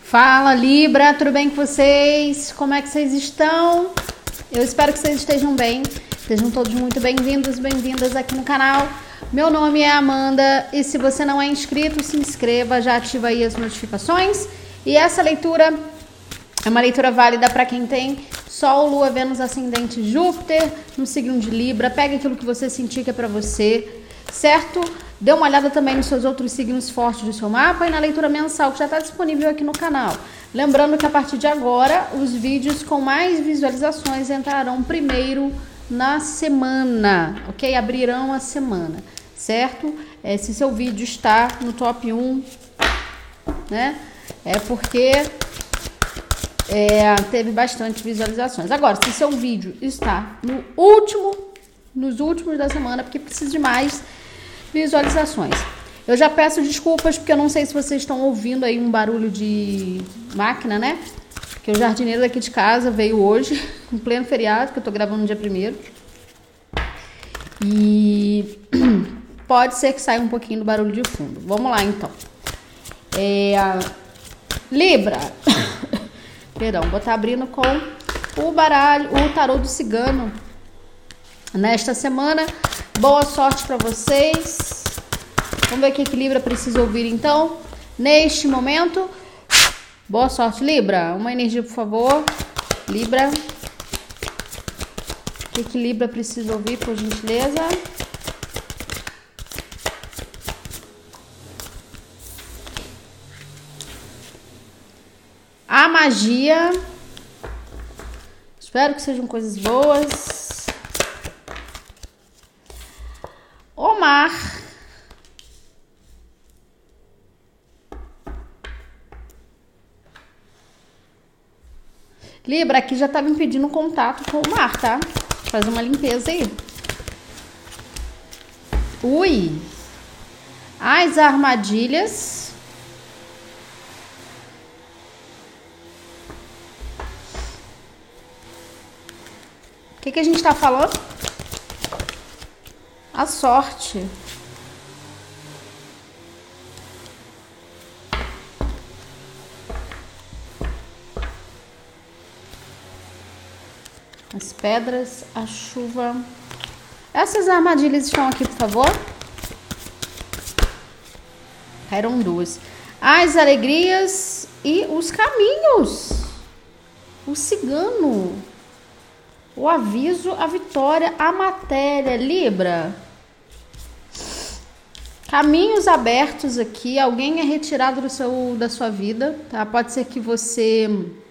Fala Libra, tudo bem com vocês? Como é que vocês estão? Eu espero que vocês estejam bem. Sejam todos muito bem-vindos, bem-vindas aqui no canal. Meu nome é Amanda e se você não é inscrito, se inscreva, já ativa aí as notificações. E essa leitura é uma leitura válida para quem tem Sol, Lua, Vênus, Ascendente, Júpiter no signo de Libra. Pega aquilo que você sentir que é para você, certo? Dê uma olhada também nos seus outros signos fortes do seu mapa e na leitura mensal que já está disponível aqui no canal. Lembrando que a partir de agora, os vídeos com mais visualizações entrarão primeiro na semana, ok? Abrirão a semana, certo? Se seu vídeo está no top 1, né? É porque teve bastante visualizações. Agora, se seu vídeo está nos últimos da semana, porque precisa de mais visualizações. Eu já peço desculpas porque eu não sei se vocês estão ouvindo aí um barulho de máquina, né? Porque o jardineiro daqui de casa veio hoje, em pleno feriado, que eu tô gravando no dia 1º. E pode ser que saia um pouquinho do barulho de fundo. Vamos lá, então. Libra. Perdão, vou estar abrindo com o baralho, o tarô do cigano. Nesta semana, boa sorte para vocês. Vamos ver o que Libra precisa ouvir, então. Neste momento, boa sorte, Libra. Uma energia, por favor. Libra. O que Libra precisa ouvir, por gentileza? A magia. Espero que sejam coisas boas. O mar. Libra, aqui já tá me pedindo contato com o mar, tá? Fazer uma limpeza aí. Ui. As armadilhas. O que a gente tá falando? A sorte. As pedras, a chuva. Essas armadilhas estão aqui, por favor. Caíram 2. As alegrias e os caminhos. O cigano. O aviso, a vitória, a matéria. Libra. Caminhos abertos aqui. Alguém é retirado da sua vida, tá? Pode ser que você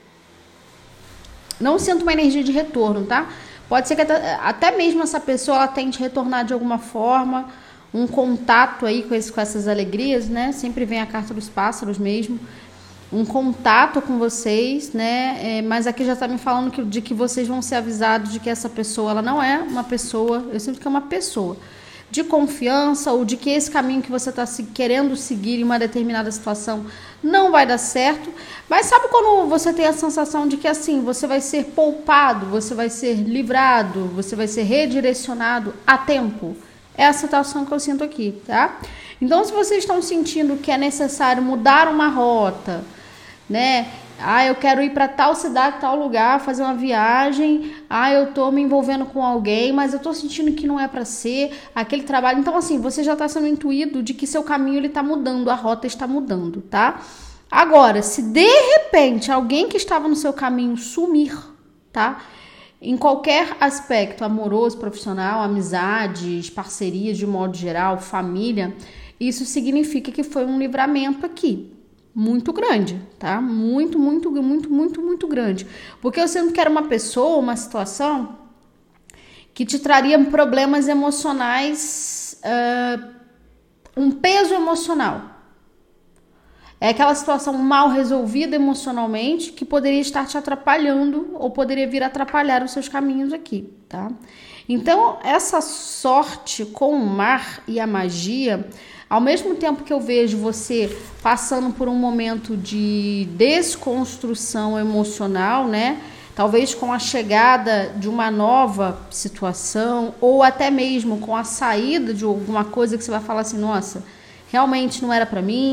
não sinta uma energia de retorno, tá? Pode ser que até mesmo essa pessoa ela tente retornar de alguma forma, um contato aí com essas alegrias, né? Sempre vem a carta dos pássaros mesmo. Um contato com vocês, né? Mas aqui já tá me falando de que vocês vão ser avisados de que essa pessoa, ela não é uma pessoa, eu sinto que é uma pessoa de confiança, ou de que esse caminho que você está querendo seguir em uma determinada situação não vai dar certo. Mas sabe quando você tem a sensação de que assim, você vai ser poupado, você vai ser livrado, você vai ser redirecionado a tempo? É a situação que eu sinto aqui, tá? Então, se vocês estão sentindo que é necessário mudar uma rota, né? Eu quero ir para tal cidade, tal lugar, fazer uma viagem. Eu tô me envolvendo com alguém, mas eu tô sentindo que não é para ser aquele trabalho. Então, assim, você já tá sendo intuído de que seu caminho ele tá mudando, a rota está mudando, tá? Agora, se de repente alguém que estava no seu caminho sumir, tá? Em qualquer aspecto, amoroso, profissional, amizades, parcerias de modo geral, família, isso significa que foi um livramento aqui. Muito grande, tá? Muito grande. Porque eu sinto que era uma pessoa, uma situação que te traria problemas emocionais, um peso emocional. É aquela situação mal resolvida emocionalmente que poderia estar te atrapalhando ou poderia vir atrapalhar os seus caminhos aqui, tá? Então, essa sorte com o mar e a magia, ao mesmo tempo que eu vejo você passando por um momento de desconstrução emocional, né? Talvez com a chegada de uma nova situação ou até mesmo com a saída de alguma coisa que você vai falar assim, nossa, realmente não era para mim,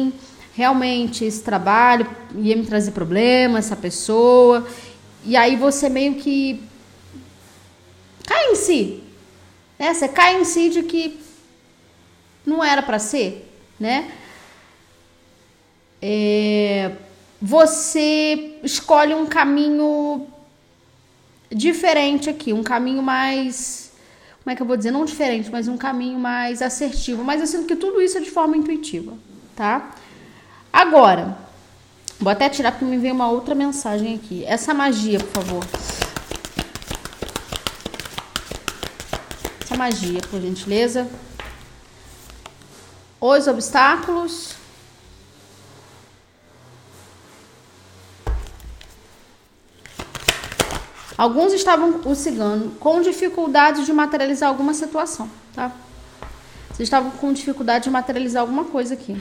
realmente esse trabalho ia me trazer problema, essa pessoa. E aí você meio que cai em si, né? Você cai em si de que não era para ser, né? Você escolhe um caminho diferente aqui, um caminho mais, como é que eu vou dizer, não diferente, mas um caminho mais assertivo, mas eu sinto que tudo isso é de forma intuitiva, tá? Agora, vou até tirar porque me veio uma outra mensagem aqui. Essa magia, por favor. Essa magia, por gentileza. Os obstáculos. Alguns estavam o cigano com dificuldade de materializar alguma situação, tá? Vocês estavam com dificuldade de materializar alguma coisa aqui.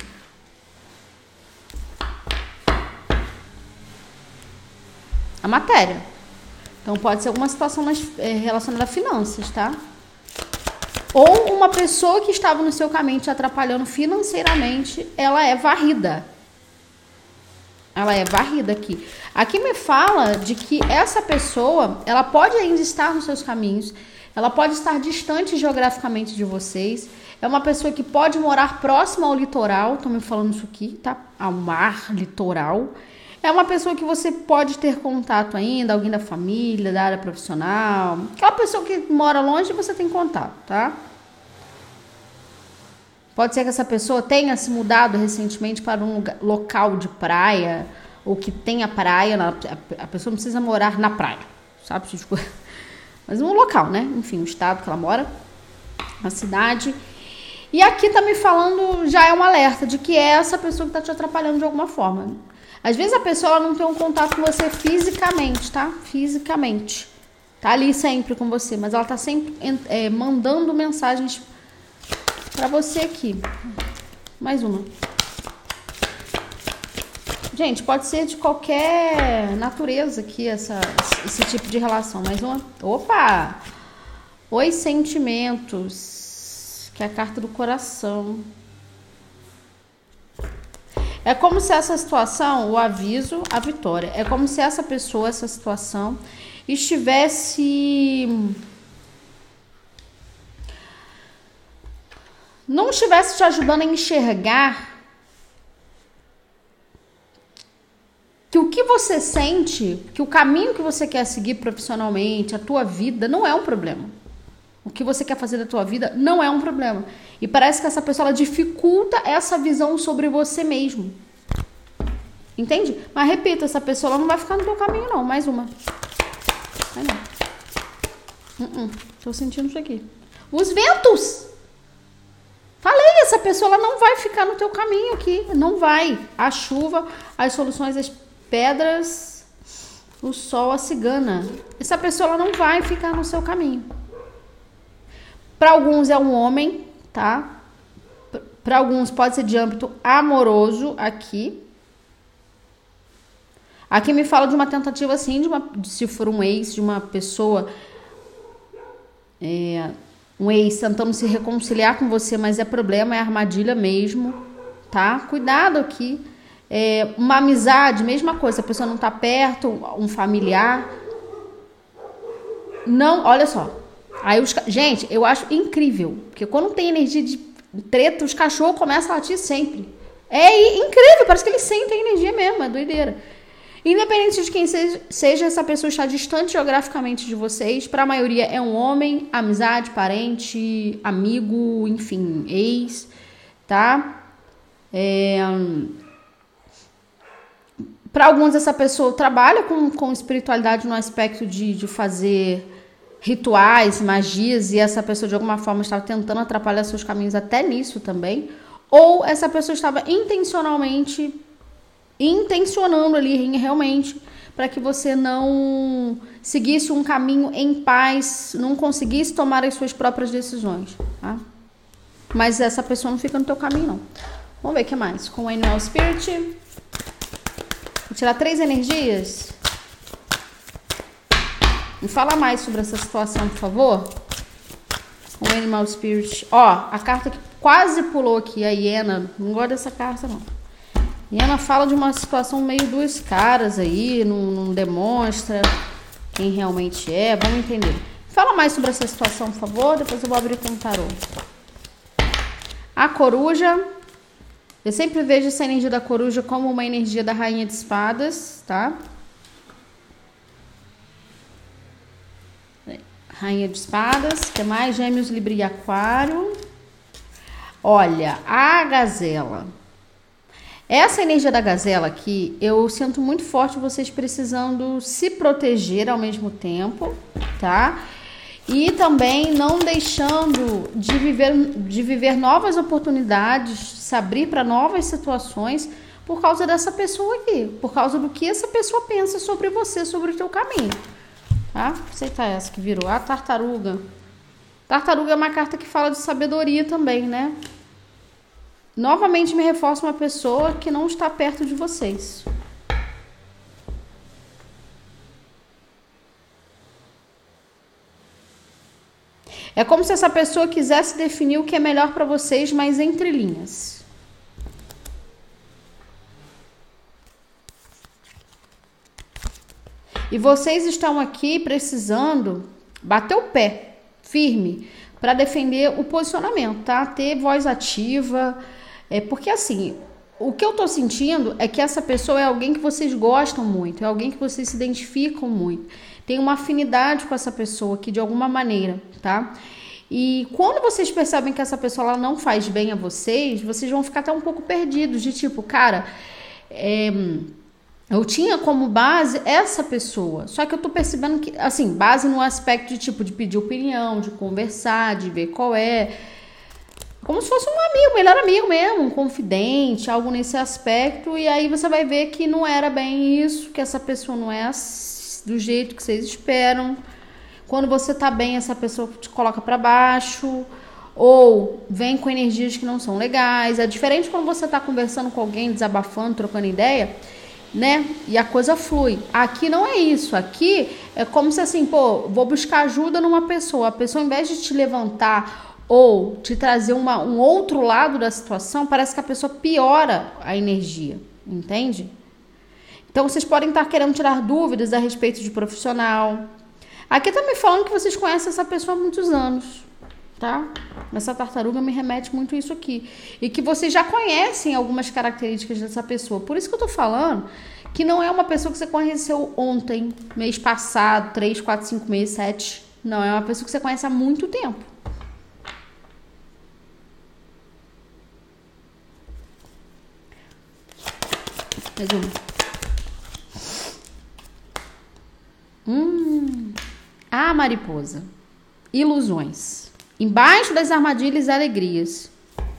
A matéria. Então pode ser alguma situação relacionada a finanças, tá? Ou uma pessoa que estava no seu caminho te atrapalhando financeiramente, ela é varrida. Ela é varrida aqui. Aqui me fala de que essa pessoa, ela pode ainda estar nos seus caminhos, ela pode estar distante geograficamente de vocês, é uma pessoa que pode morar próxima ao litoral, estão me falando isso aqui, tá? Ao mar, litoral. É uma pessoa que você pode ter contato ainda, alguém da família, da área profissional. Aquela pessoa que mora longe e você tem contato, tá? Pode ser que essa pessoa tenha se mudado recentemente para um local de praia, ou que tenha praia. A pessoa não precisa morar na praia, sabe? Mas um local, né? Enfim, o estado que ela mora, a cidade. E aqui tá me falando, já é um alerta de que é essa pessoa que tá te atrapalhando de alguma forma. Às vezes a pessoa ela não tem um contato com você fisicamente, tá? Fisicamente. Tá ali sempre com você, mas ela tá sempre mandando mensagens pra você aqui. Mais uma. Gente, pode ser de qualquer natureza aqui esse tipo de relação. Mais uma. Opa! Os sentimentos. Que é a carta do coração. É como se essa situação, o aviso, a vitória. É como se essa pessoa, essa situação, não estivesse te ajudando a enxergar que o que você sente, que o caminho que você quer seguir profissionalmente, a tua vida, não é um problema. O que você quer fazer da tua vida não é um problema. E parece que essa pessoa ela dificulta essa visão sobre você mesmo. Entende? Mas repito, essa pessoa ela não vai ficar no teu caminho não. Mais uma. Vai não. Tô sentindo isso aqui. Os ventos. Falei, essa pessoa ela não vai ficar no teu caminho aqui. Não vai. A chuva, as soluções, as pedras, o sol, a cigana. Essa pessoa ela não vai ficar no seu caminho. Para alguns é um homem, tá? Para alguns pode ser de âmbito amoroso aqui. Aqui me fala de uma tentativa assim, se for um ex, de uma pessoa, um ex tentando se reconciliar com você, mas é problema, é armadilha mesmo, tá? Cuidado aqui. Uma amizade, mesma coisa, a pessoa não tá perto, um familiar. Não, olha só. Aí gente, eu acho incrível, porque quando tem energia de treta, os cachorros começam a latir sempre. É incrível, parece que eles sentem a energia mesmo, é doideira. Independente de quem seja, essa pessoa está distante geograficamente de vocês. Para a maioria é um homem, amizade, parente, amigo, enfim, ex, tá? Para alguns essa pessoa trabalha com espiritualidade no aspecto de fazer rituais, magias, e essa pessoa de alguma forma estava tentando atrapalhar seus caminhos até nisso também. Ou essa pessoa estava intencionando ali realmente para que você não seguisse um caminho em paz, não conseguisse tomar as suas próprias decisões, tá? Mas essa pessoa não fica no teu caminho, não. Vamos ver o que mais. Com o Animal Spirit. Vou tirar 3 energias. Me fala mais sobre essa situação, por favor. Com o Animal Spirit. Ó, a carta que quase pulou aqui, a hiena. Não gosto dessa carta, não. E Ana fala de uma situação meio duas caras aí, não demonstra quem realmente é. Vamos entender. Fala mais sobre essa situação, por favor. Depois eu vou abrir com o tarô. A coruja. Eu sempre vejo essa energia da coruja como uma energia da rainha de espadas, tá? Rainha de espadas. Que mais? Gêmeos, Libra e Aquário. Olha, a gazela. Essa energia da gazela aqui, eu sinto muito forte vocês precisando se proteger ao mesmo tempo, tá? E também não deixando de viver novas oportunidades, se abrir para novas situações por causa dessa pessoa aqui, por causa do que essa pessoa pensa sobre você, sobre o teu caminho, tá? Aceita essa que virou a tartaruga. Tartaruga é uma carta que fala de sabedoria também, né? Novamente me reforça uma pessoa que não está perto de vocês. É como se essa pessoa quisesse definir o que é melhor para vocês, mas entre linhas. E vocês estão aqui precisando bater o pé firme para defender o posicionamento, tá? Ter voz ativa. Porque assim, o que eu tô sentindo é que essa pessoa é alguém que vocês gostam muito, é alguém que vocês se identificam muito, tem uma afinidade com essa pessoa aqui de alguma maneira, tá? E quando vocês percebem que essa pessoa ela não faz bem a vocês, vocês vão ficar até um pouco perdidos, de tipo, cara, eu tinha como base essa pessoa, só que eu tô percebendo que, assim, base no aspecto de tipo, de pedir opinião, de conversar, de ver qual é... Como se fosse um amigo, melhor amigo mesmo, um confidente, algo nesse aspecto. E aí você vai ver que não era bem isso, que essa pessoa não é do jeito que vocês esperam. Quando você tá bem, essa pessoa te coloca pra baixo. Ou vem com energias que não são legais. É diferente quando você tá conversando com alguém, desabafando, trocando ideia, né? E a coisa flui. Aqui não é isso. Aqui é como se assim, pô, vou buscar ajuda numa pessoa. A pessoa, ao invés de te levantar ou te trazer um outro lado da situação, parece que a pessoa piora a energia, entende? Então, vocês podem estar querendo tirar dúvidas a respeito de profissional. Aqui tá me falando que vocês conhecem essa pessoa há muitos anos, tá? Essa tartaruga me remete muito a isso aqui. E que vocês já conhecem algumas características dessa pessoa. Por isso que eu tô falando que não é uma pessoa que você conheceu ontem, mês passado, 3, 4, 5 meses, 7. Não, é uma pessoa que você conhece há muito tempo. A mariposa. Ilusões. Embaixo das armadilhas e alegrias.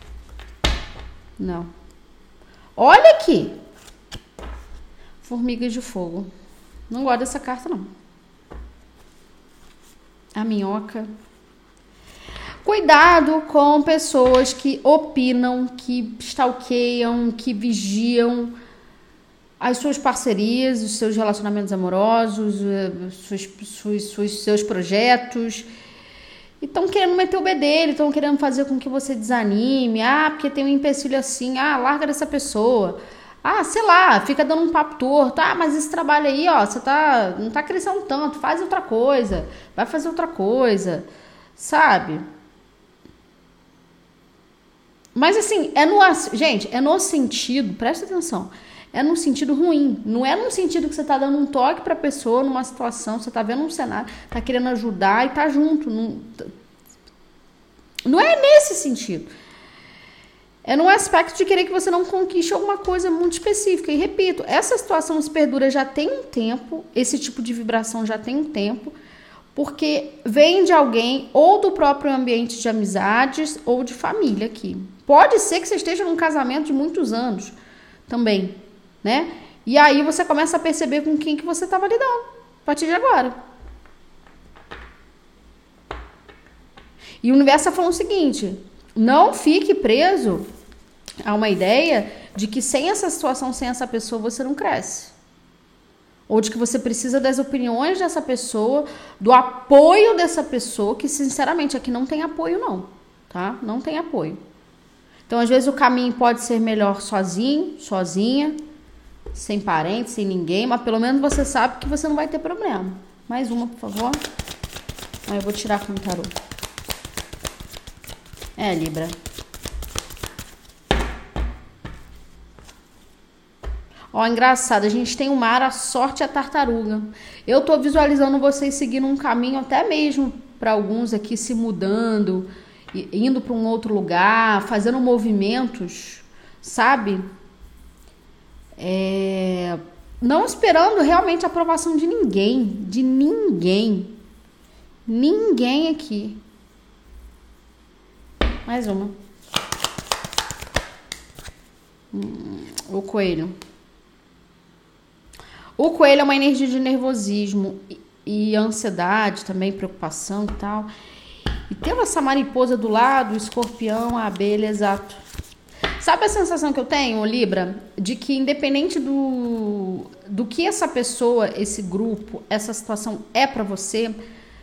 Não. Olha aqui. Formigas de fogo. Não gosto dessa carta, não. A minhoca. Cuidado com pessoas que opinam, que stalkeiam, que vigiam as suas parcerias, os seus relacionamentos amorosos, seus projetos. E estão querendo meter o bedelho, estão querendo fazer com que você desanime. Ah, porque tem um empecilho assim. Ah, larga dessa pessoa. Ah, sei lá, fica dando um papo torto. Ah, mas esse trabalho aí, ó, você não tá crescendo tanto. Faz outra coisa. Vai fazer outra coisa. Sabe? Mas assim, gente, é no sentido, presta atenção, é no sentido ruim, não é no sentido que você tá dando um toque pra pessoa numa situação, você tá vendo um cenário, tá querendo ajudar e tá junto, não é nesse sentido. É no aspecto de querer que você não conquiste alguma coisa muito específica. E repito, essa situação se perdura já tem um tempo, esse tipo de vibração já tem um tempo, porque vem de alguém ou do próprio ambiente de amizades ou de família aqui. Pode ser que você esteja num casamento de muitos anos também, né? E aí você começa a perceber com quem que você estava lidando a partir de agora. E o universo está falando o seguinte: não fique preso a uma ideia de que sem essa situação, sem essa pessoa, você não cresce. Ou de que você precisa das opiniões dessa pessoa, do apoio dessa pessoa, que sinceramente aqui não tem apoio não, tá? Não tem apoio. Então, às vezes, o caminho pode ser melhor sozinho, sozinha, sem parentes, sem ninguém, mas pelo menos você sabe que você não vai ter problema. Mais uma, por favor. Aí eu vou tirar com o tarô. Libra. Ó, engraçado, a gente tem o mar, a sorte e a tartaruga. Eu tô visualizando vocês seguindo um caminho, até mesmo para alguns aqui se mudando, indo para um outro lugar, fazendo movimentos, sabe? Não esperando realmente a aprovação de ninguém, Ninguém aqui. Mais uma. O coelho. O coelho é uma energia de nervosismo e ansiedade também, preocupação e tal. E tendo essa mariposa do lado, o escorpião, a abelha, exato. Sabe a sensação que eu tenho, Libra? De que independente do que essa pessoa, esse grupo, essa situação é pra você,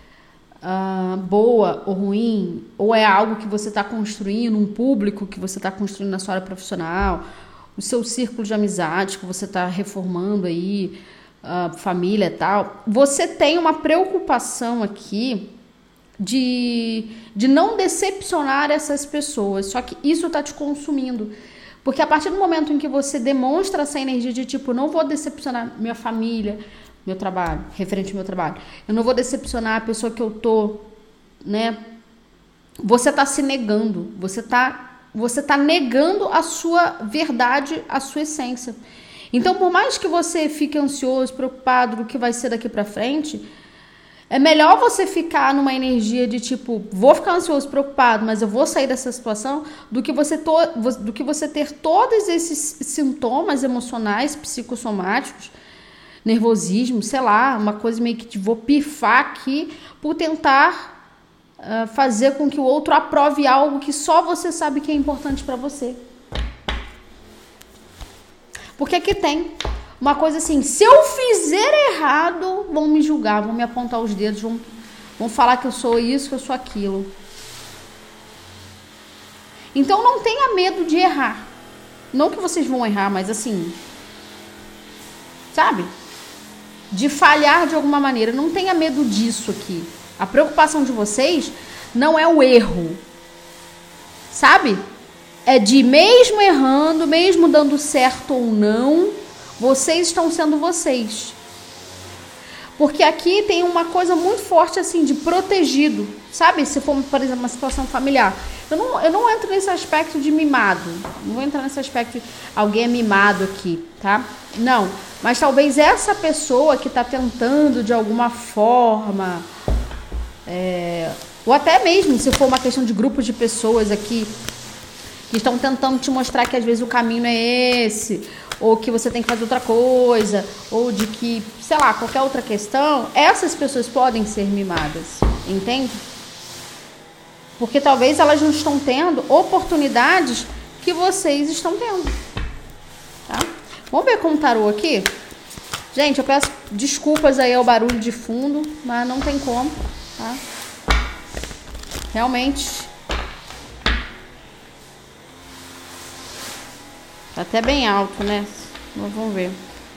boa ou ruim, ou é algo que você está construindo, um público que você está construindo na sua área profissional, o seu círculo de amizade que você está reformando aí, família e tal, você tem uma preocupação aqui de não decepcionar essas pessoas, só que isso está te consumindo, porque a partir do momento em que você demonstra essa energia de tipo, não vou decepcionar minha família, meu trabalho, referente ao meu trabalho, eu não vou decepcionar a pessoa que eu tô, né? Você tá se negando, você tá negando a sua verdade, a sua essência. Então, por mais que você fique ansioso, preocupado do que vai ser daqui pra frente, é melhor você ficar numa energia de tipo, vou ficar ansioso, preocupado, mas eu vou sair dessa situação, do que você ter todos esses sintomas emocionais, psicossomáticos, nervosismo, sei lá, uma coisa meio que te vou pifar aqui por tentar fazer com que o outro aprove algo que só você sabe que é importante pra você. Porque aqui tem uma coisa assim, se eu fizer errado, vão me julgar, vão me apontar os dedos, vão falar que eu sou isso, que eu sou aquilo. Então não tenha medo de errar. Não que vocês vão errar, mas assim, sabe? De falhar de alguma maneira. Não tenha medo disso aqui. A preocupação de vocês não é o erro, sabe? É de mesmo errando, mesmo dando certo ou não, vocês estão sendo vocês. Porque aqui tem uma coisa muito forte assim de protegido, sabe? Se for, por exemplo, uma situação familiar. Eu não entro nesse aspecto de mimado. Não vou entrar nesse aspecto de alguém é mimado aqui, tá? Não. Mas talvez essa pessoa que está tentando de alguma forma, ou até mesmo se for uma questão de grupos de pessoas aqui que estão tentando te mostrar que às vezes o caminho é esse, ou que você tem que fazer outra coisa, ou de que, sei lá, qualquer outra questão, essas pessoas podem ser mimadas, entende? Porque talvez elas não estão tendo oportunidades que vocês estão tendo, tá? Vamos ver com o tarô aqui? Gente, eu peço desculpas aí ao barulho de fundo, mas não tem como, tá? Realmente tá até bem alto, né? Mas vamos ver.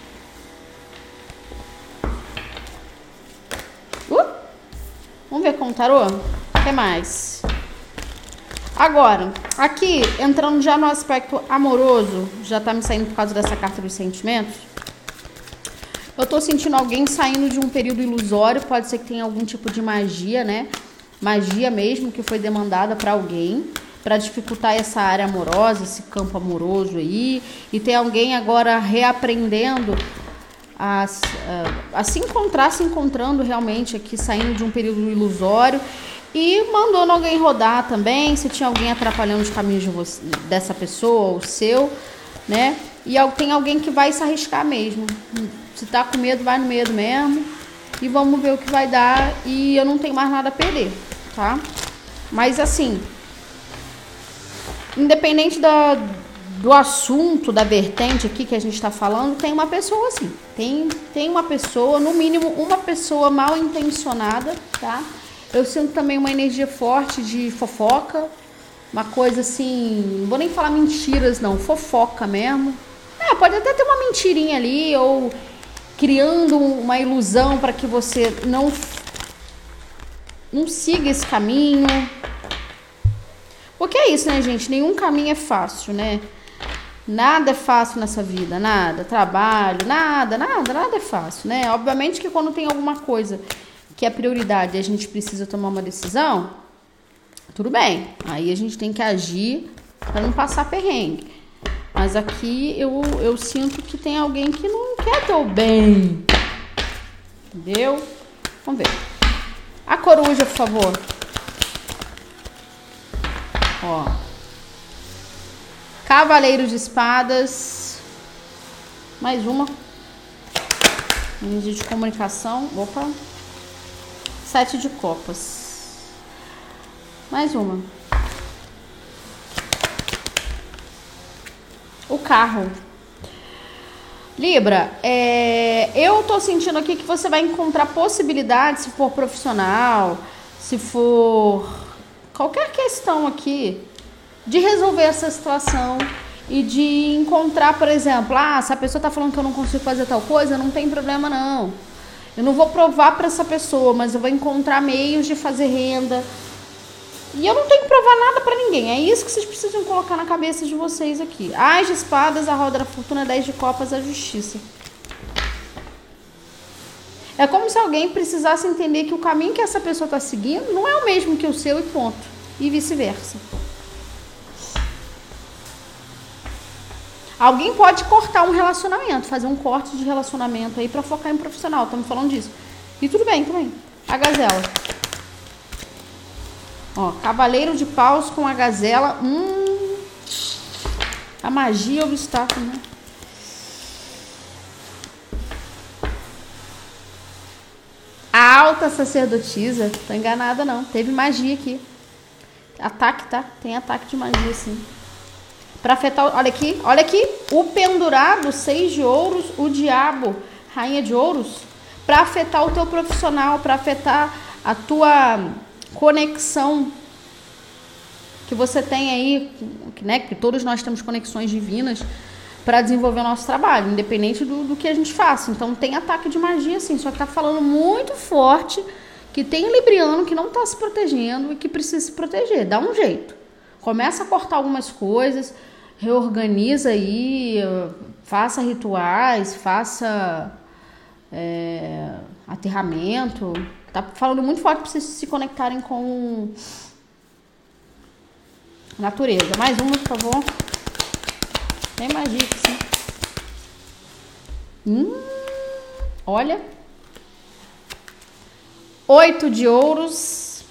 Vamos ver com o tarô? O que mais? Agora, aqui, entrando já no aspecto amoroso, já tá me saindo por causa dessa carta dos sentimentos. Eu tô sentindo alguém saindo de um período ilusório, pode ser que tenha algum tipo de magia, né? Magia mesmo que foi demandada para alguém, para dificultar essa área amorosa, esse campo amoroso aí. E tem alguém agora reaprendendo a se encontrando realmente aqui, saindo de um período ilusório. E mandando alguém rodar também, se tinha alguém atrapalhando os caminhos dessa pessoa, o seu, né? E tem alguém que vai se arriscar mesmo. Se tá com medo, vai no medo mesmo. E vamos ver o que vai dar. E eu não tenho mais nada a perder, tá? Mas assim, independente do assunto, da vertente aqui que a gente tá falando, tem uma pessoa assim. Tem uma pessoa, no mínimo, uma pessoa mal intencionada, tá? Eu sinto também uma energia forte de fofoca, uma coisa assim, não vou nem falar mentiras não, fofoca mesmo. Pode até ter uma mentirinha ali, ou criando uma ilusão para que você não siga esse caminho. Porque é isso, né, gente? Nenhum caminho é fácil, né? Nada é fácil nessa vida, nada. Trabalho, nada é fácil, né? Obviamente que quando tem alguma coisa que é prioridade e a gente precisa tomar uma decisão, tudo bem. Aí a gente tem que agir para não passar perrengue. Mas aqui eu sinto que tem alguém que não quer teu bem. Entendeu? Vamos ver. A coruja, por favor. Ó. Cavaleiro de espadas. Mais uma. Energia de comunicação. Opa. 7 de copas. Mais uma. O carro. Libra, eu tô sentindo aqui que você vai encontrar possibilidades, se for profissional, se for qualquer questão aqui, de resolver essa situação e de encontrar, por exemplo, se a pessoa tá falando que eu não consigo fazer tal coisa, não tem problema não. Eu não vou provar para essa pessoa, mas eu vou encontrar meios de fazer renda. E eu não tenho que provar nada pra ninguém. É isso que vocês precisam colocar na cabeça de vocês aqui. As de espadas, a roda da fortuna, 10 de copas, a justiça. É como se alguém precisasse entender que o caminho que essa pessoa está seguindo não é o mesmo que o seu e ponto. E vice-versa. Alguém pode cortar um relacionamento, fazer um corte de relacionamento aí pra focar em profissional. Estamos falando disso. E tudo bem também. A gazela. Ó, cavaleiro de paus com a gazela. A magia é obstáculo, né? A alta sacerdotisa. Tô enganada, não. Teve magia aqui. Ataque, tá? Tem ataque de magia, sim. Pra afetar... Olha aqui. O pendurado, 6 de ouros. O diabo, rainha de ouros. Pra afetar o teu profissional. Pra afetar a tua... conexão que você tem aí, né? Que todos nós temos conexões divinas para desenvolver o nosso trabalho, independente do que a gente faça. Então tem ataque de magia, sim, só que tá falando muito forte que tem um libriano que não tá se protegendo e que precisa se proteger. Dá um jeito. Começa a cortar algumas coisas, reorganiza aí, faça rituais, faça aterramento. Tá falando muito forte para vocês se conectarem com a natureza. Mais uma, por favor. Tem magia, sim. Olha. 8 de ouros.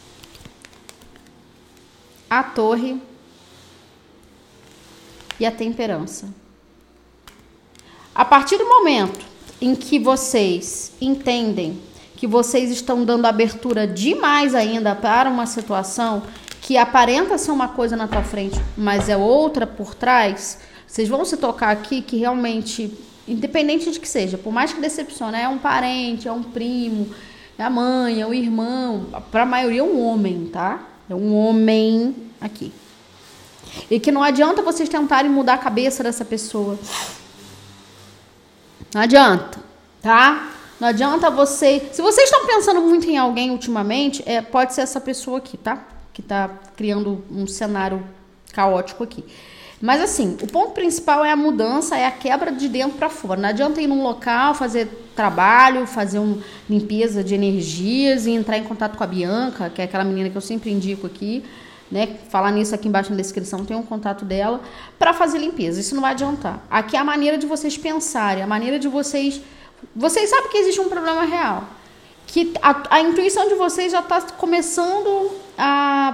A torre. E a temperança. A partir do momento em que vocês entendem que vocês estão dando abertura demais ainda para uma situação que aparenta ser uma coisa na tua frente, mas é outra por trás, vocês vão se tocar aqui que realmente, independente de que seja, por mais que decepcione, é um parente, é um primo, é a mãe, é o irmão, para a maioria é um homem, tá? É um homem aqui. E que não adianta vocês tentarem mudar a cabeça dessa pessoa. Não adianta, tá? Não adianta você... Se vocês estão pensando muito em alguém ultimamente, pode ser essa pessoa aqui, tá? Que tá criando um cenário caótico aqui. Mas assim, o ponto principal é a mudança, é a quebra de dentro para fora. Não adianta ir num local, fazer trabalho, fazer uma limpeza de energias e entrar em contato com a Bianca, que é aquela menina que eu sempre indico aqui, né? Falar nisso aqui embaixo na descrição, tem um contato dela, para fazer limpeza. Isso não vai adiantar. Aqui é a maneira de vocês pensarem, a maneira de vocês... Vocês sabem que existe um problema real. Que a intuição de vocês já está começando a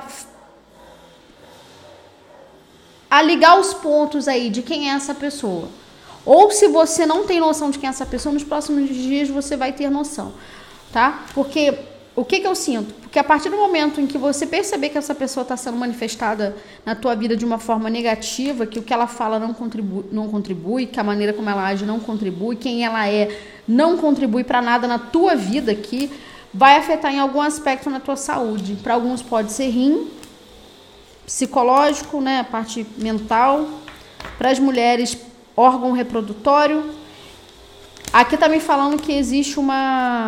ligar os pontos aí de quem é essa pessoa. Ou se você não tem noção de quem é essa pessoa, nos próximos dias você vai ter noção. Tá? Porque o que eu sinto? Porque a partir do momento em que você perceber que essa pessoa está sendo manifestada na tua vida de uma forma negativa, que o que ela fala não contribui, que a maneira como ela age não contribui, quem ela é não contribui para nada na tua vida aqui, vai afetar em algum aspecto na tua saúde. Para alguns pode ser rim, psicológico, né? A parte mental. Para as mulheres, órgão reprodutório. Aqui tá me falando que existe um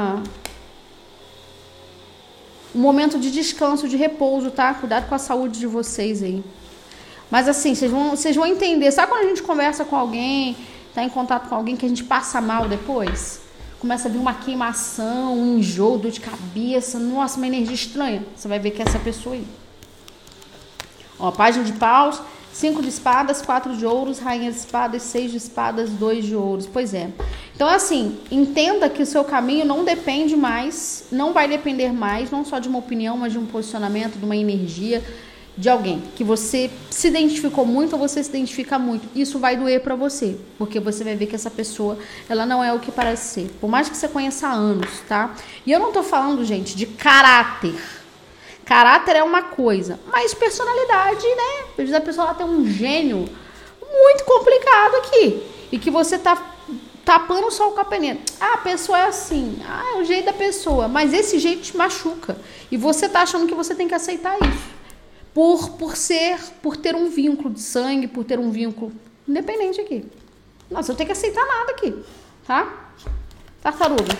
momento de descanso, de repouso, tá? Cuidado com a saúde de vocês aí. Mas assim, vocês vão entender. Sabe quando a gente conversa com alguém, tá em contato com alguém que a gente passa mal depois? Começa a vir uma queimação, um enjoo, dor de cabeça. Nossa, uma energia estranha. Você vai ver que é essa pessoa aí. Ó, página de paus, 5 de espadas, 4 de ouros, rainha de espadas, 6 de espadas, 2 de ouros. Pois é. Então, assim, entenda que o seu caminho não depende mais, não vai depender mais, não só de uma opinião, mas de um posicionamento, de uma energia, de alguém que você se identificou muito ou você se identifica muito. Isso vai doer pra você, porque você vai ver que essa pessoa, ela não é o que parece ser. Por mais que você conheça há anos, tá? E eu não tô falando, gente, de caráter. Caráter é uma coisa, mas personalidade, né? Às vezes a pessoa ela tem um gênio muito complicado aqui. E que você tá tapando só o capeneto. Ah, a pessoa é assim. Ah, é o jeito da pessoa. Mas esse jeito te machuca. E você tá achando que você tem que aceitar isso. Por ter um vínculo de sangue, por ter um vínculo independente aqui. Nossa, eu tenho que aceitar nada aqui. Tá? Tartaruga.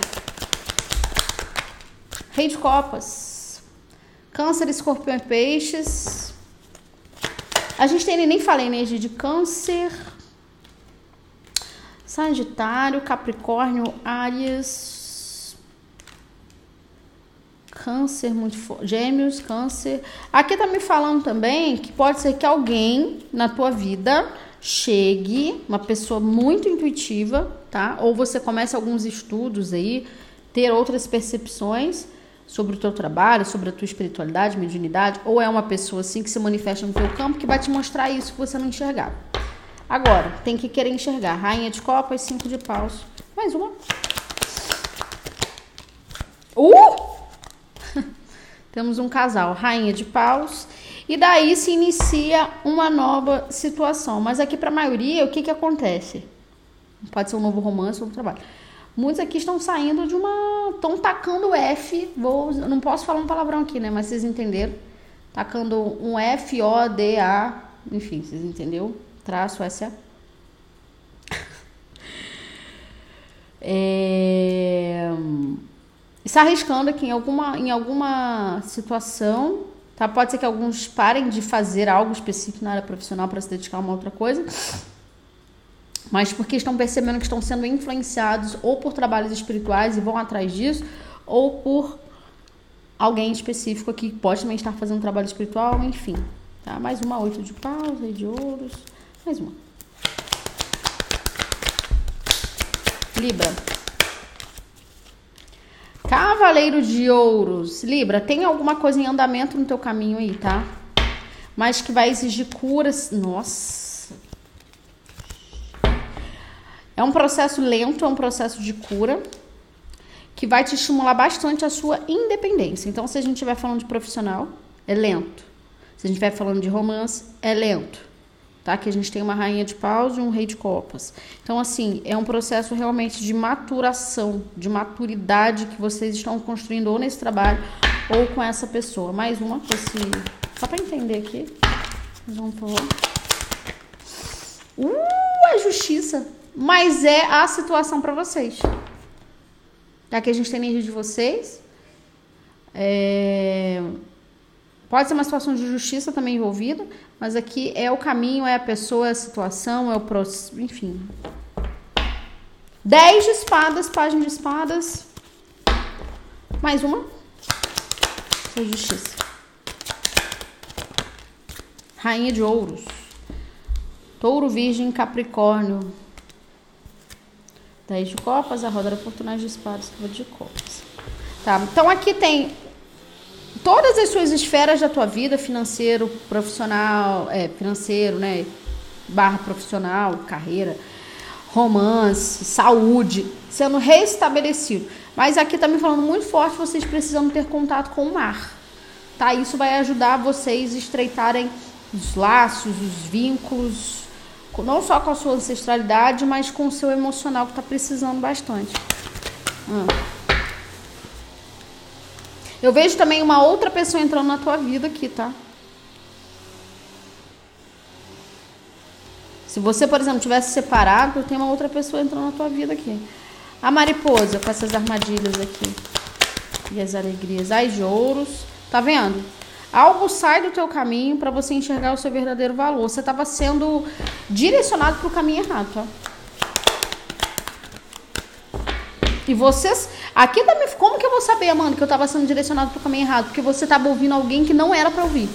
Rei de copas. Câncer, escorpião e peixes. A gente tem, nem falei, energia de câncer. Sagitário, Capricórnio, Áries. Câncer, muito forte. Gêmeos, câncer. Aqui tá me falando também que pode ser que alguém na tua vida chegue, uma pessoa muito intuitiva, tá? Ou você comece alguns estudos aí, ter outras percepções sobre o teu trabalho, sobre a tua espiritualidade, mediunidade, ou é uma pessoa assim que se manifesta no teu campo que vai te mostrar isso que você não enxergava. Agora, tem que querer enxergar. Rainha de copas, 5 de paus. Mais uma. Temos um casal, rainha de paus. E daí se inicia uma nova situação. Mas aqui para a maioria, o que que acontece? Pode ser um novo romance, um novo trabalho. Muitos aqui estão saindo de uma... Estão tacando F. Não posso falar um palavrão aqui, né? Mas vocês entenderam. Tacando um F, O, D, A. Enfim, vocês entenderam? Traço, S, A. Está arriscando aqui em alguma situação. Tá? Pode ser que alguns parem de fazer algo específico na área profissional para se dedicar a uma outra coisa. Mas porque estão percebendo que estão sendo influenciados ou por trabalhos espirituais e vão atrás disso, ou por alguém específico aqui que pode também estar fazendo trabalho espiritual, enfim. Tá? Mais uma, 8 de paus, rei de ouros, mais uma. Libra. Cavaleiro de ouros. Libra, tem alguma coisa em andamento no teu caminho aí, tá? Mas que vai exigir curas. Nossa. É um processo lento, é um processo de cura que vai te estimular bastante a sua independência. Então, se a gente estiver falando de profissional, é lento. Se a gente estiver falando de romance, é lento. Tá? Que a gente tem uma rainha de paus e um rei de copas. Então, assim, é um processo realmente de maturação, de maturidade que vocês estão construindo ou nesse trabalho ou com essa pessoa. Mais uma, só para entender aqui. Vamos falar. A justiça. Mas é a situação para vocês. Aqui a gente tem energia de vocês. Pode ser uma situação de justiça também envolvida, mas aqui é o caminho, é a pessoa, é a situação, é o processo, enfim. 10 de espadas, página de espadas. Mais uma. É justiça. Rainha de ouros. Touro, virgem, capricórnio. 10 de copas, a roda da fortuna de espadas, roda de copas. Tá, então aqui tem todas as suas esferas da tua vida, financeiro, profissional, financeiro, né, barra profissional, carreira, romance, saúde, sendo restabelecido. Mas aqui tá me falando muito forte, vocês precisam ter contato com o mar, tá? Isso vai ajudar vocês a estreitarem os laços, os vínculos, não só com a sua ancestralidade, mas com o seu emocional, que tá precisando bastante. Eu vejo também uma outra pessoa entrando na tua vida aqui, tá? Se você, por exemplo, tivesse separado, tem uma outra pessoa entrando na tua vida aqui. A mariposa com essas armadilhas aqui. E as alegrias. As de ouros. Tá vendo? Algo sai do teu caminho para você enxergar o seu verdadeiro valor. Você estava sendo direcionado para o caminho errado, tá? E vocês... Aqui também... Como que eu vou saber, mano, que eu estava sendo direcionado para o caminho errado? Porque você estava ouvindo alguém que não era para ouvir.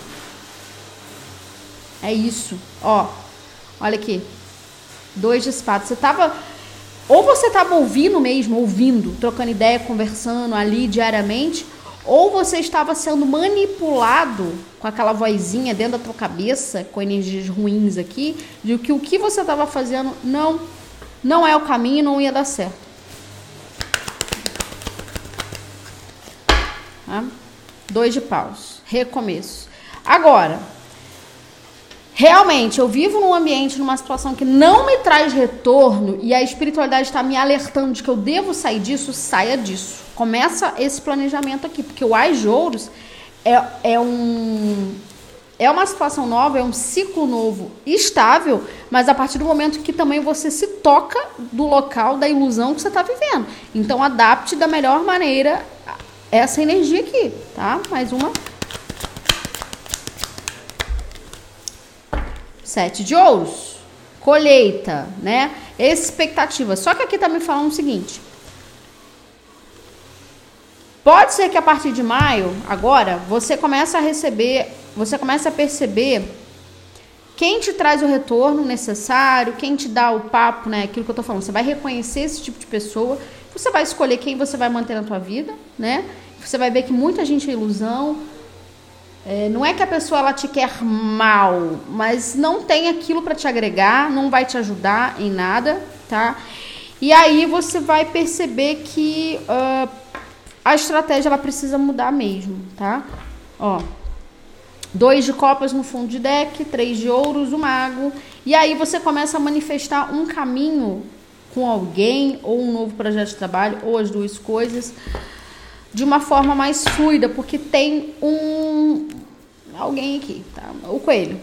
É isso. Ó. Olha aqui. 2 de espadas. Você estava... Ou você estava ouvindo mesmo, ouvindo, trocando ideia, conversando ali diariamente... Ou você estava sendo manipulado com aquela vozinha dentro da tua cabeça, com energias ruins aqui, de que o que você estava fazendo não é o caminho, não ia dar certo. Tá? 2 de paus. Recomeço. Agora, realmente, eu vivo num ambiente, numa situação que não me traz retorno e a espiritualidade está me alertando de que eu devo sair disso, saia disso. Começa esse planejamento aqui, porque o Ás de Ouros é uma situação nova, é um ciclo novo, estável, mas a partir do momento que também você se toca do local da ilusão que você está vivendo. Então, adapte da melhor maneira essa energia aqui, tá? Mais uma. 7 de ouros, colheita, né? Expectativa. Só que aqui tá me falando o seguinte. Pode ser que a partir de maio, agora, você comece a perceber quem te traz o retorno necessário, quem te dá o papo, né? Aquilo que eu tô falando. Você vai reconhecer esse tipo de pessoa, você vai escolher quem você vai manter na tua vida, né? Você vai ver que muita gente é ilusão. Não é que a pessoa ela te quer mal, mas não tem aquilo para te agregar, não vai te ajudar em nada, tá? E aí você vai perceber que a estratégia ela precisa mudar mesmo, tá? Ó, 2 de copas no fundo de deck, 3 de ouros, o mago. E aí você começa a manifestar um caminho com alguém, ou um novo projeto de trabalho, ou as duas coisas, de uma forma mais fluida, porque tem alguém aqui, tá? O coelho.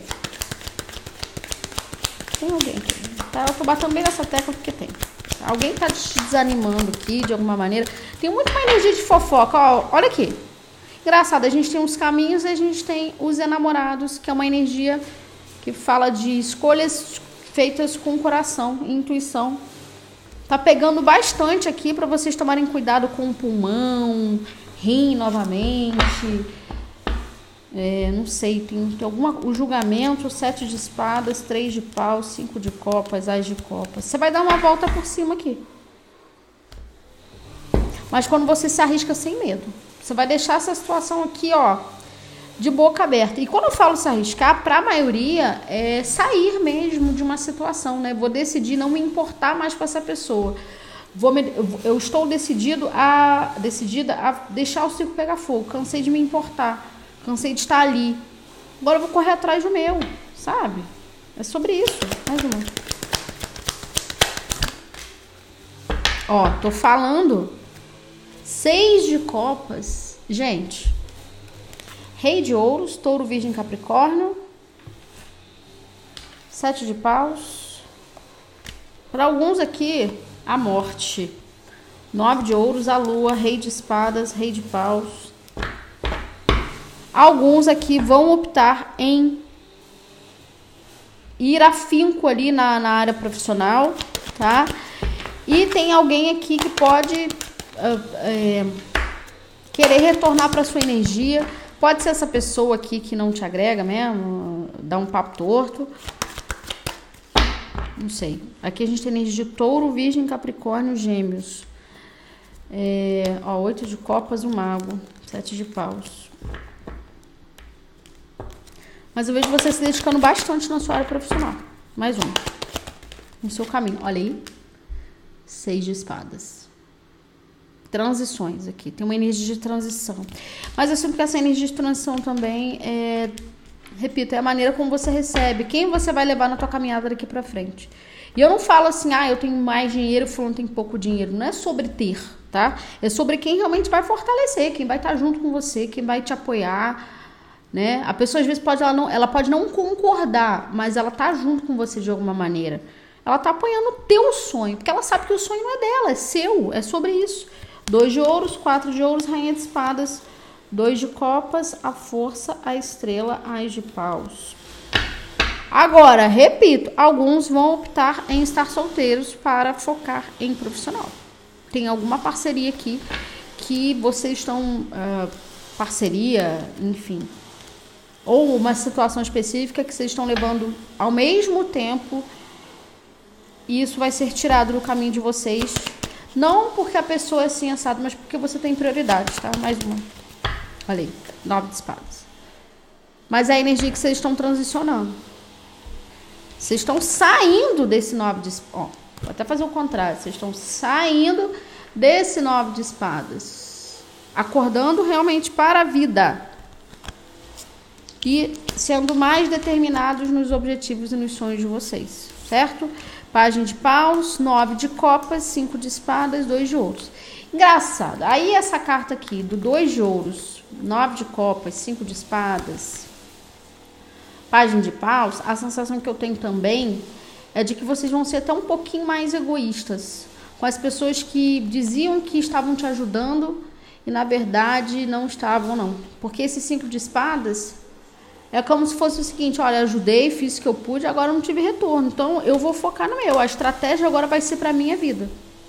Tem alguém aqui, tá? Eu tô batendo bem nessa tecla porque tem. Alguém tá te desanimando aqui, de alguma maneira. Tem muito uma energia de fofoca, ó, olha aqui. Engraçado, a gente tem uns caminhos e a gente tem os enamorados, que é uma energia que fala de escolhas feitas com o coração e intuição. Tá pegando bastante aqui para vocês tomarem cuidado com o pulmão, rim novamente. Não sei, tem o julgamento, 7 de espadas, 3 de paus, 5 de copas, Ás de copas. Você vai dar uma volta por cima aqui. Mas quando você se arrisca sem medo. Você vai deixar essa situação aqui, ó, de boca aberta. E quando eu falo se arriscar, para a maioria, é sair mesmo de uma situação, né? Vou decidir não me importar mais com essa pessoa. Eu estou decidida a deixar o circo pegar fogo. Cansei de me importar. Cansei de estar ali. Agora eu vou correr atrás do meu, sabe? É sobre isso. Mais uma. Ó, tô falando. 6 de copas. Gente. Rei de ouros, touro, virgem, capricórnio. 7 de paus. Para alguns aqui, a morte. 9 de ouros, a lua, rei de espadas, rei de paus. Alguns aqui vão optar em ir afinco ali na área profissional, tá? E tem alguém aqui que pode querer retornar para sua energia. Pode ser essa pessoa aqui que não te agrega mesmo, dá um papo torto. Não sei. Aqui a gente tem energia de touro, virgem, capricórnio, gêmeos. 8 de copas, o mago. 7 de paus. Mas eu vejo você se dedicando bastante na sua área profissional. Mais um. No seu caminho. Olha aí. 6 de espadas. Transições aqui. Tem uma energia de transição. Mas eu sinto que essa energia de transição também repito, é a maneira como você recebe. Quem você vai levar na tua caminhada daqui pra frente. E eu não falo assim, eu tenho mais dinheiro, fulano tem pouco dinheiro. Não é sobre ter, tá? É sobre quem realmente vai fortalecer, quem vai estar junto com você, quem vai te apoiar. né? A pessoa às vezes ela pode não concordar, mas ela tá junto com você de alguma maneira. Ela tá apoiando o teu sonho, porque ela sabe que o sonho não é dela, é seu, é sobre isso. 2 de ouros, 4 de ouros, rainha de espadas, 2 de copas, a força, a estrela, as de paus. Agora, repito, alguns vão optar em estar solteiros para focar em profissional. Tem alguma parceria aqui que vocês estão... parceria, enfim, ou uma situação específica que vocês estão levando ao mesmo tempo, e isso vai ser tirado do caminho de vocês, não porque a pessoa é assim assado, mas porque você tem prioridades, tá? Mais uma. Olha aí, 9 de espadas. Mas é a energia que vocês estão transicionando. Vocês estão saindo desse 9 de espadas. Vou até fazer o contrário. Vocês estão saindo desse 9 de espadas. Acordando realmente para a vida. E sendo mais determinados nos objetivos e nos sonhos de vocês. Certo? Página de paus, 9 de copas, 5 de espadas, 2 de ouros. Engraçado. Aí essa carta aqui, do 2 de ouros, 9 de copas, 5 de espadas, página de paus, a sensação que eu tenho também é de que vocês vão ser até um pouquinho mais egoístas com as pessoas que diziam que estavam te ajudando e na verdade não estavam, não. Porque esse 5 de espadas é como se fosse o seguinte: olha, ajudei, fiz o que eu pude, agora não tive retorno, então eu vou focar no meu. A estratégia agora vai ser para minha vida.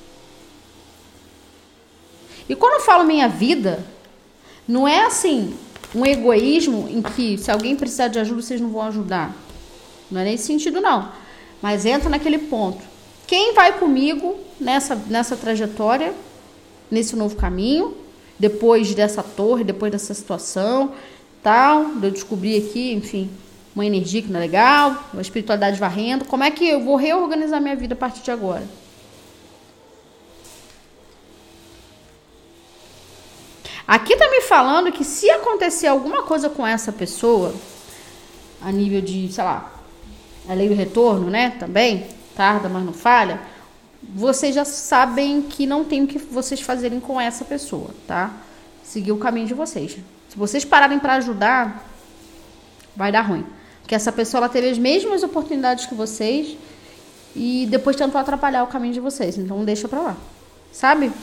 E quando eu falo minha vida, não é assim um egoísmo em que se alguém precisar de ajuda, vocês não vão ajudar. Não é nesse sentido, não. Mas entra naquele ponto. Quem vai comigo nessa trajetória, nesse novo caminho, depois dessa torre, depois dessa situação, tal, de eu descobrir aqui, enfim, uma energia que não é legal, uma espiritualidade varrendo, como é que eu vou reorganizar minha vida a partir de agora? Aqui tá me falando que se acontecer alguma coisa com essa pessoa, a nível de, sei lá, a lei do retorno, né, também, tarda, mas não falha, vocês já sabem que não tem o que vocês fazerem com essa pessoa, tá? Seguir o caminho de vocês. Se vocês pararem para ajudar, vai dar ruim. Porque essa pessoa, ela teve as mesmas oportunidades que vocês e depois tentou atrapalhar o caminho de vocês. Então, deixa pra lá, sabe?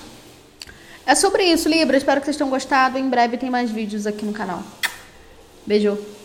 É sobre isso, Libra. Espero que vocês tenham gostado. Em breve tem mais vídeos aqui no canal. Beijo.